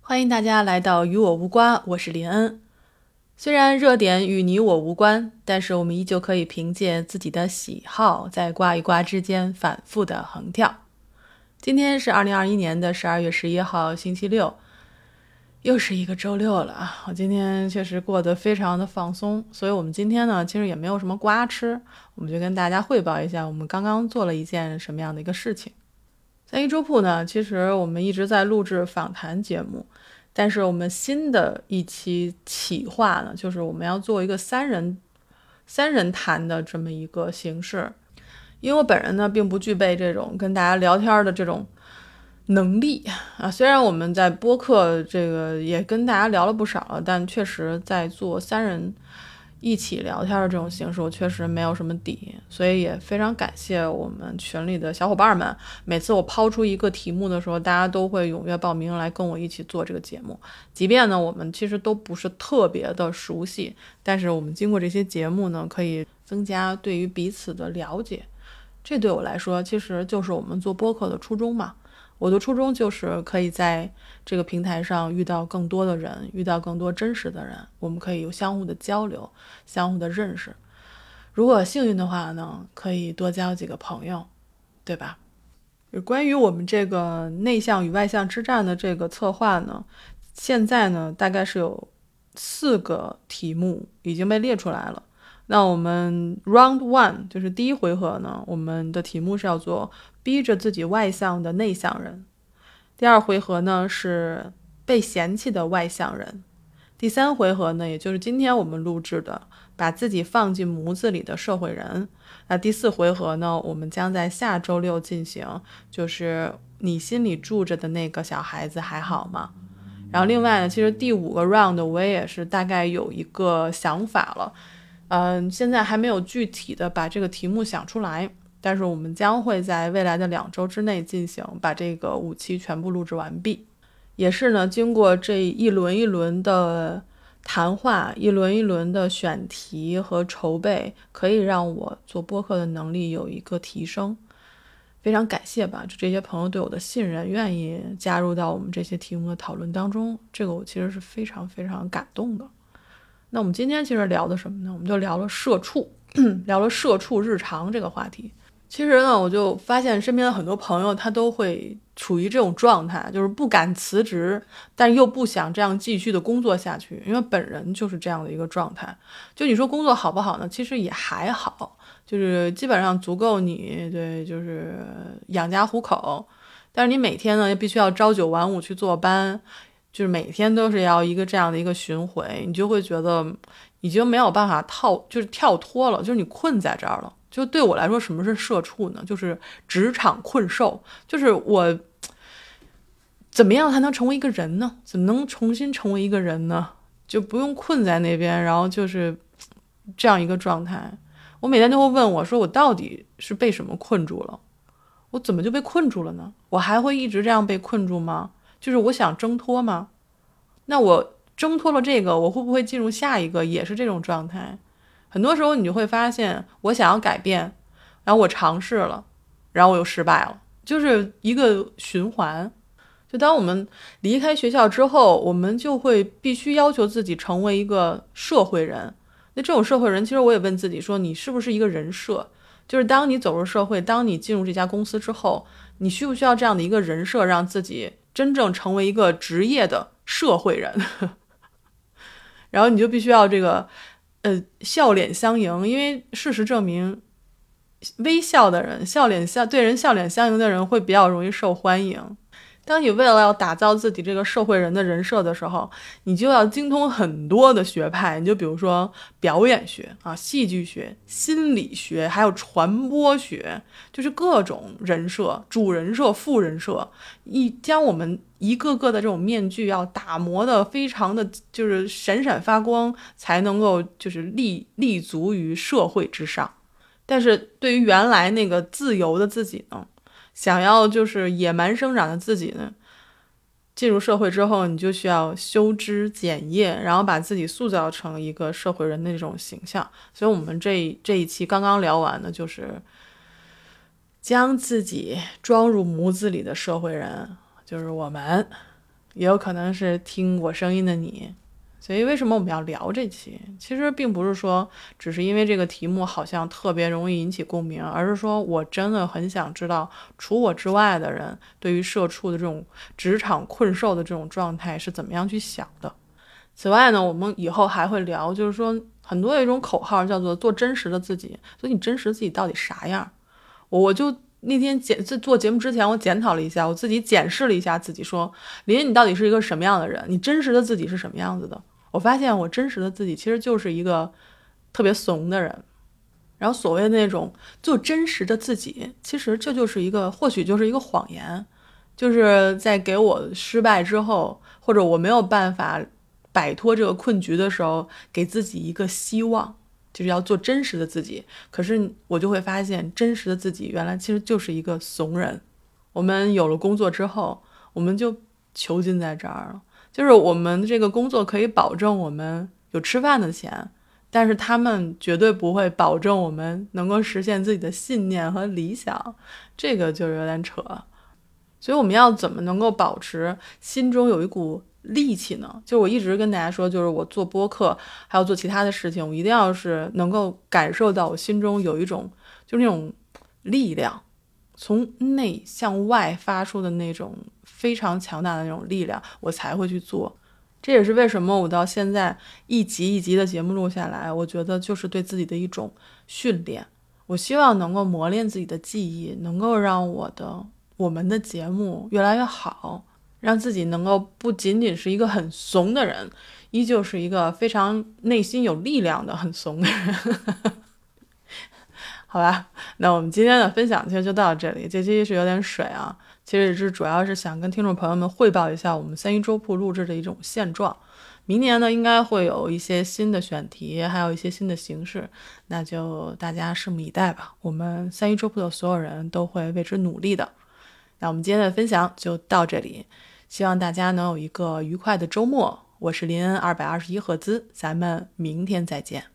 欢迎大家来到与我无瓜，我是林恩。虽然热点与你我无关，但是我们依旧可以凭借自己的喜好在瓜与瓜之间反复的横跳。今天是2021年的12月11号星期六，又是一个周六了。我今天确实过得非常的放松，所以我们今天呢其实也没有什么瓜吃，我们就跟大家汇报一下我们刚刚做了一件什么样的一个事情。在一周铺呢，其实我们一直在录制访谈节目，但是我们新的一期企划呢，就是我们要做一个三人谈的这么一个形式。因为我本人呢并不具备这种跟大家聊天的这种能力啊，虽然我们在播客这个也跟大家聊了不少了，但确实在做三人一起聊天的这种形式，我确实没有什么底，所以也非常感谢我们群里的小伙伴们。每次我抛出一个题目的时候，大家都会踊跃报名来跟我一起做这个节目。即便呢我们其实都不是特别的熟悉，但是我们经过这些节目呢，可以增加对于彼此的了解。这对我来说，其实就是我们做播客的初衷嘛。我的初衷就是可以在这个平台上遇到更多的人，遇到更多真实的人，我们可以有相互的交流，相互的认识。如果幸运的话呢，可以多交几个朋友，对吧？关于我们这个内向与外向之战的这个策划呢，现在呢大概是有4个题目已经被列出来了。那我们 round one 就是第一回合呢，我们的题目是要做逼着自己外向的内向人。第二回合呢是被嫌弃的外向人。第3回合呢，也就是今天我们录制的把自己放进模子里的社会人。那第4回合呢，我们将在下周六进行，就是你心里住着的那个小孩子还好吗？然后另外呢，其实第5个 round 我也是大概有一个想法了，现在还没有具体的把这个题目想出来，但是我们将会在未来的2周之内进行，把这个5期全部录制完毕。也是呢，经过这一轮一轮的谈话，一轮一轮的选题和筹备，可以让我做播客的能力有一个提升。非常感谢吧，这些朋友对我的信任，愿意加入到我们这些题目的讨论当中，这个我其实是非常非常感动的。那我们今天其实聊的什么呢？我们就聊了社畜聊了社畜日常这个话题。其实呢，我就发现身边的很多朋友他都会处于这种状态，就是不敢辞职，但又不想这样继续的工作下去，因为本人就是这样的一个状态。就你说工作好不好呢？其实也还好，就是基本上足够你就是养家糊口，但是你每天呢必须要朝9晚5去坐班，就是每天都是要一个这样的一个巡回，你就会觉得已经没有办法就是跳脱了，就是你困在这儿了。就对我来说，什么是社畜呢？就是职场困兽，就是我怎么样才能成为一个人呢？怎么能重新成为一个人呢？就不用困在那边，然后就是这样一个状态。我每天都会问我说，我到底是被什么困住了？我怎么就被困住了呢？我还会一直这样被困住吗？就是我想挣脱吗？那我挣脱了这个，我会不会进入下一个也是这种状态？很多时候你就会发现，我想要改变，然后我尝试了，然后我又失败了，就是一个循环。就当我们离开学校之后，我们就会必须要求自己成为一个社会人。那这种社会人，其实我也问自己说，你是不是一个人设？就是当你走入社会，当你进入这家公司之后，你需不需要这样的一个人设，让自己真正成为一个职业的社会人？然后你就必须要这个笑脸相迎，因为事实证明，微笑的人，对人笑脸相迎的人会比较容易受欢迎。当你为了要打造自己这个社会人的人设的时候，你就要精通很多的学派。你就比如说表演学啊、戏剧学、心理学，还有传播学，就是各种人设，主人设、副人设，将我们一个个的这种面具要打磨的非常的就是闪闪发光，才能够就是立足于社会之上。但是对于原来那个自由的自己呢，想要就是野蛮生长的自己呢，进入社会之后，你就需要修枝剪叶，然后把自己塑造成一个社会人的这种形象。所以我们这一期刚刚聊完的就是将自己装入模子里的社会人，就是我们也有可能是听我声音的你。所以为什么我们要聊这期？其实并不是说只是因为这个题目好像特别容易引起共鸣，而是说我真的很想知道除我之外的人对于社畜的这种职场困兽的这种状态是怎么样去想的。此外呢，我们以后还会聊，就是说很多有一种口号叫做做真实的自己，所以你真实的自己到底啥样？我就那天做节目之前，我检讨了一下，我自己检视了一下自己，说林，你到底是一个什么样的人？你真实的自己是什么样子的？我发现我真实的自己其实就是一个特别怂的人。然后所谓的那种做真实的自己，其实这就是一个，或许就是一个谎言，就是在给我失败之后，或者我没有办法摆脱这个困局的时候，给自己一个希望，就是要做真实的自己。可是我就会发现，真实的自己原来其实就是一个怂人。我们有了工作之后，我们就囚禁在这儿了。就是我们这个工作可以保证我们有吃饭的钱，但是他们绝对不会保证我们能够实现自己的信念和理想，这个就有点扯。所以我们要怎么能够保持心中有一股力气呢？就我一直跟大家说，就是我做播客还有做其他的事情，我一定要是能够感受到我心中有一种就是那种力量，从内向外发出的那种非常强大的那种力量，我才会去做。这也是为什么我到现在一集一集的节目录下来，我觉得就是对自己的一种训练。我希望能够磨练自己的记忆，能够让我们的节目越来越好，让自己能够不仅仅是一个很怂的人，依旧是一个非常内心有力量的很怂的人。好吧，那我们今天的分享其实就到这里。这期是有点水啊，其实是主要是想跟听众朋友们汇报一下我们三一周铺录制的一种现状。明年呢，应该会有一些新的选题，还有一些新的形式，那就大家拭目以待吧。我们三一周铺的所有人都会为之努力的。那我们今天的分享就到这里，希望大家能有一个愉快的周末。我是林恩221赫兹，咱们明天再见。